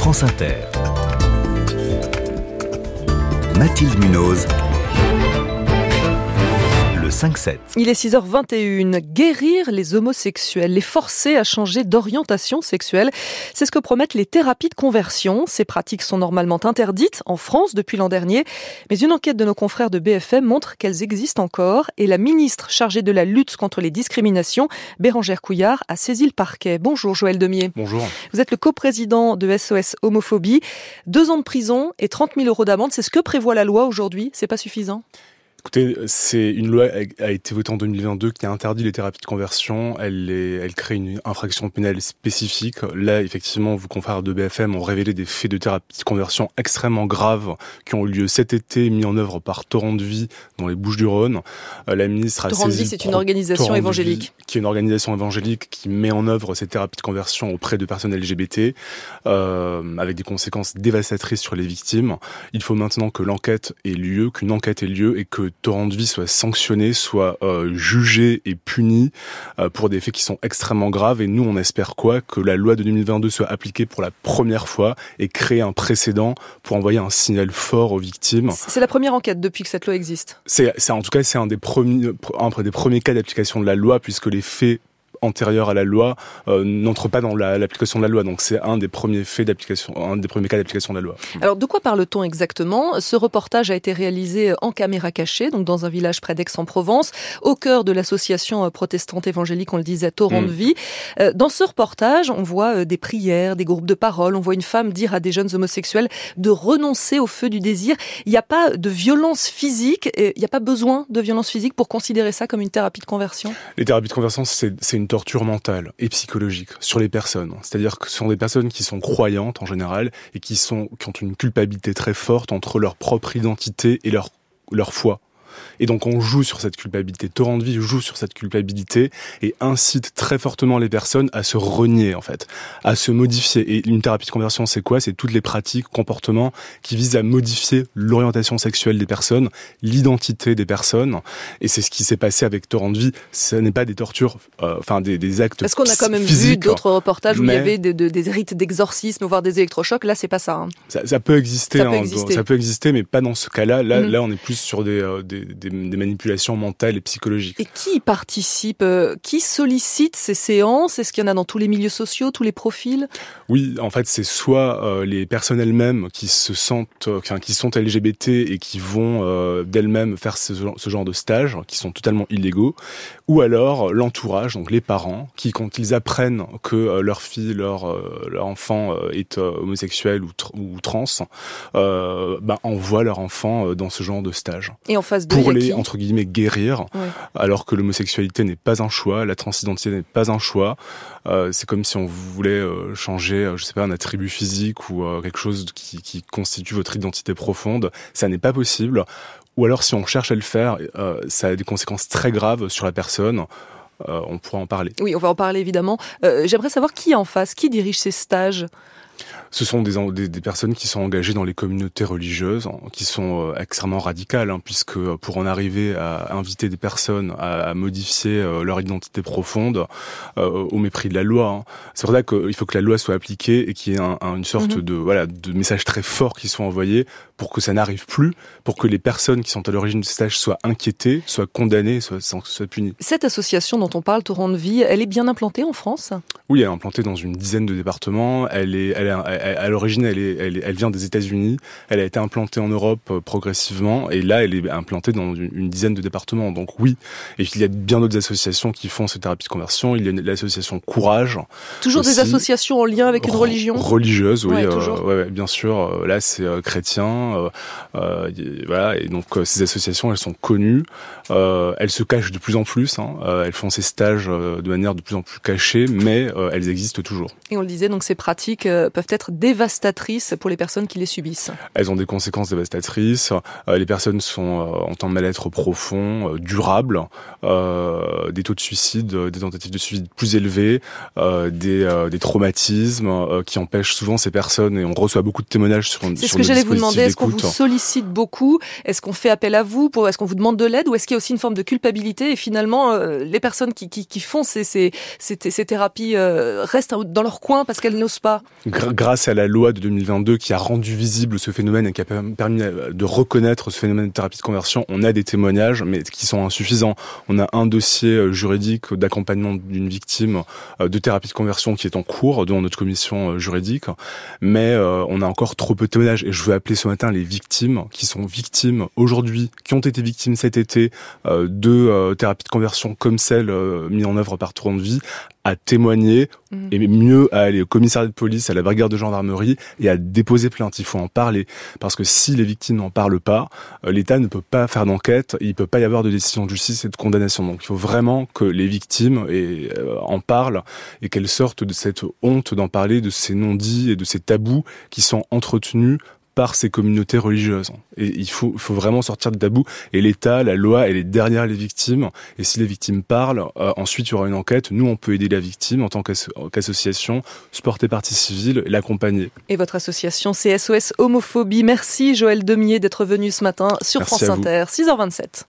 France Inter. Mathilde Munoz. Le 5-7. Il est 6h21. Guérir les homosexuels, les forcer à changer d'orientation sexuelle, c'est ce que promettent les thérapies de conversion. Ces pratiques sont normalement interdites en France depuis l'an dernier, mais une enquête de nos confrères de BFM montre qu'elles existent encore et la ministre chargée de la lutte contre les discriminations, Bérangère Couillard, a saisi le parquet. Bonjour Joël Demier. Bonjour. Vous êtes le coprésident de SOS Homophobie. 2 ans de prison et 30 000 € d'amende, c'est ce que prévoit la loi aujourd'hui. C'est pas suffisant ? Écoutez, c'est une loi a été votée en 2022 qui a interdit les thérapies de conversion. Elle crée une infraction pénale spécifique. Là, effectivement, vos confrères de BFM ont révélé des faits de thérapie de conversion extrêmement graves qui ont eu lieu cet été, mis en œuvre par Torrent de Vie dans les Bouches-du-Rhône. La ministre a saisi... Torrent de Vie, c'est une organisation évangélique. Qui est une organisation évangélique qui met en œuvre ces thérapies de conversion auprès de personnes LGBT, avec des conséquences dévastatrices sur les victimes. Il faut maintenant que qu'une enquête ait lieu et que Torrent de Vie soit sanctionné, soit jugé et puni pour des faits qui sont extrêmement graves. Et nous, on espère que la loi de 2022 soit appliquée pour la première fois et créer un précédent pour envoyer un signal fort aux victimes. C'est la première enquête depuis que cette loi existe. En tout cas, c'est un des premiers cas d'application de la loi, puisque les faits antérieurs à la loi n'entrent pas dans l'application de la loi. Donc c'est un des premiers cas d'application de la loi. Alors de quoi parle-t-on exactement ? Ce reportage a été réalisé en caméra cachée, donc dans un village près d'Aix-en-Provence, au cœur de l'association protestante évangélique, on le disait, Torrent de Vie. Dans ce reportage, on voit des prières, des groupes de parole, on voit une femme dire à des jeunes homosexuels de renoncer au feu du désir. Il n'y a pas de violence physique, il n'y a pas besoin de violence physique pour considérer ça comme une thérapie de conversion ? Les thérapies de conversion, c'est une torture mentale et psychologique sur les personnes. C'est-à-dire que ce sont des personnes qui sont croyantes en général et qui ont une culpabilité très forte entre leur propre identité et leur foi. Et donc on joue sur cette culpabilité. Torrent de Vie joue sur cette culpabilité et incite très fortement les personnes à se renier, en fait, à se modifier. Et une thérapie de conversion, c'est quoi ? C'est toutes les pratiques, comportements qui visent à modifier l'orientation sexuelle des personnes, l'identité des personnes. Et c'est ce qui s'est passé avec Torrent de Vie. Ce n'est pas des tortures, des actes physiques. Parce qu'on a quand même vu d'autres reportages où il y avait des rites d'exorcisme, voire des électrochocs. Là, c'est pas ça. Hein. Ça peut exister. Ça peut exister, mais pas dans ce cas-là. Là, on est plus sur des manipulations mentales et psychologiques. Et qui participe ? Qui sollicite ces séances ? Est-ce qu'il y en a dans tous les milieux sociaux, tous les profils ? Oui, en fait, c'est soit les personnes elles-mêmes qui sont LGBT et qui vont d'elles-mêmes faire ce genre de stages, qui sont totalement illégaux, ou alors l'entourage, donc les parents, qui, quand ils apprennent que leur fille, leur enfant est homosexuel ou trans, envoient leur enfant dans ce genre de stage. Et en face de pour les, entre guillemets, guérir, alors que l'homosexualité n'est pas un choix, la transidentité n'est pas un choix. C'est comme si on voulait changer, un attribut physique ou quelque chose qui constitue votre identité profonde. Ça n'est pas possible. Ou alors, si on cherche à le faire, ça a des conséquences très graves sur la personne. On pourra en parler. Oui, on va en parler évidemment. J'aimerais savoir qui est en face, qui dirige ces stages ? Ce sont des personnes qui sont engagées dans les communautés religieuses, qui sont extrêmement radicales, puisque pour en arriver à inviter des personnes à modifier leur identité profonde au mépris de la loi, c'est pour ça qu'il faut que la loi soit appliquée et qu'il y ait une sorte de messages très forts qui soient envoyés pour que ça n'arrive plus, pour que les personnes qui sont à l'origine de ce stage soient inquiétées, soient condamnées, soient punies. Cette association dont on parle, Torrent de Vie, elle est bien implantée en France ? Oui, elle est implantée dans une dizaine de départements. À l'origine, elle vient des États-Unis. Elle a été implantée en Europe progressivement, et là, elle est implantée dans une dizaine de départements. Donc oui, et il y a bien d'autres associations qui font cette thérapie de conversion. Il y a l'association Courage. Toujours aussi, des associations en lien avec une religion religieuse, oui, toujours. bien sûr. Là, c'est chrétien, et donc ces associations, elles sont connues. Elles se cachent de plus en plus. Elles font ces stages de manière de plus en plus cachée, mais elles existent toujours. Et on le disait, donc ces pratiques peuvent être dévastatrices pour les personnes qui les subissent. Elles ont des conséquences dévastatrices. Les personnes ont un mal-être profond, durable, des taux de suicide, des tentatives de suicide plus élevés, des traumatismes qui empêchent souvent ces personnes, et on reçoit beaucoup de témoignages sur C'est ce que j'allais vous demander, est-ce qu'on vous sollicite beaucoup ? Est-ce qu'on fait appel à vous ? Est-ce qu'on vous demande de l'aide ? Ou est-ce qu'il y a aussi une forme de culpabilité ? Et finalement, les personnes qui font ces thérapies restent dans leur coin parce qu'elles n'osent pas ? grâce à la loi de 2022 qui a rendu visible ce phénomène et qui a permis de reconnaître ce phénomène de thérapie de conversion, on a des témoignages, mais qui sont insuffisants. On a un dossier juridique d'accompagnement d'une victime de thérapie de conversion qui est en cours devant notre commission juridique, mais on a encore trop peu de témoignages. Et je veux appeler ce matin les victimes qui sont victimes aujourd'hui, qui ont été victimes cet été de thérapie de conversion comme celle mise en œuvre par Torrent de Vie, à témoigner et mieux à aller au commissariat de police, à la brigade de gendarmerie et à déposer plainte. Il faut en parler parce que si les victimes n'en parlent pas, l'État ne peut pas faire d'enquête, il peut pas y avoir de décision de justice et de condamnation. Donc il faut vraiment que les victimes en parlent et qu'elles sortent de cette honte d'en parler, de ces non-dits et de ces tabous qui sont entretenus par ces communautés religieuses. Et il faut vraiment sortir de tabou. Et l'État, la loi, elle est derrière les victimes. Et si les victimes parlent, ensuite il y aura une enquête. Nous, on peut aider la victime en tant qu'association, se porter partie civile et l'accompagner. Et votre association, c'est SOS Homophobie. Merci Joël Demier d'être venu ce matin sur France Inter, 6h27.